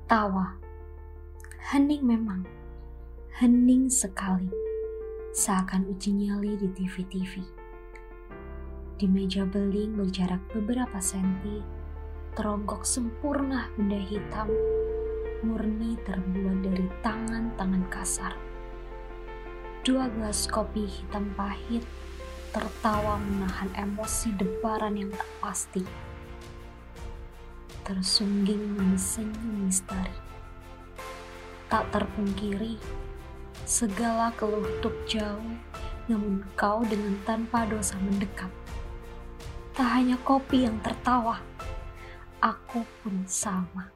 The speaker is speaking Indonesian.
Tawa. Hening memang. Hening sekali. Seakan uji nyali di TV-TV. Di meja beling berjarak beberapa senti, teronggok sempurna benda hitam, murni terbuat dari tangan-tangan kasar. 2 gelas kopi hitam pahit tertawa menahan emosi debaran yang tak pasti. Tersungging senyum misteri. Tak terpungkiri, segala kelutuk jauh, namun kau dengan tanpa dosa mendekat. Tak hanya kopi yang tertawa, aku pun sama.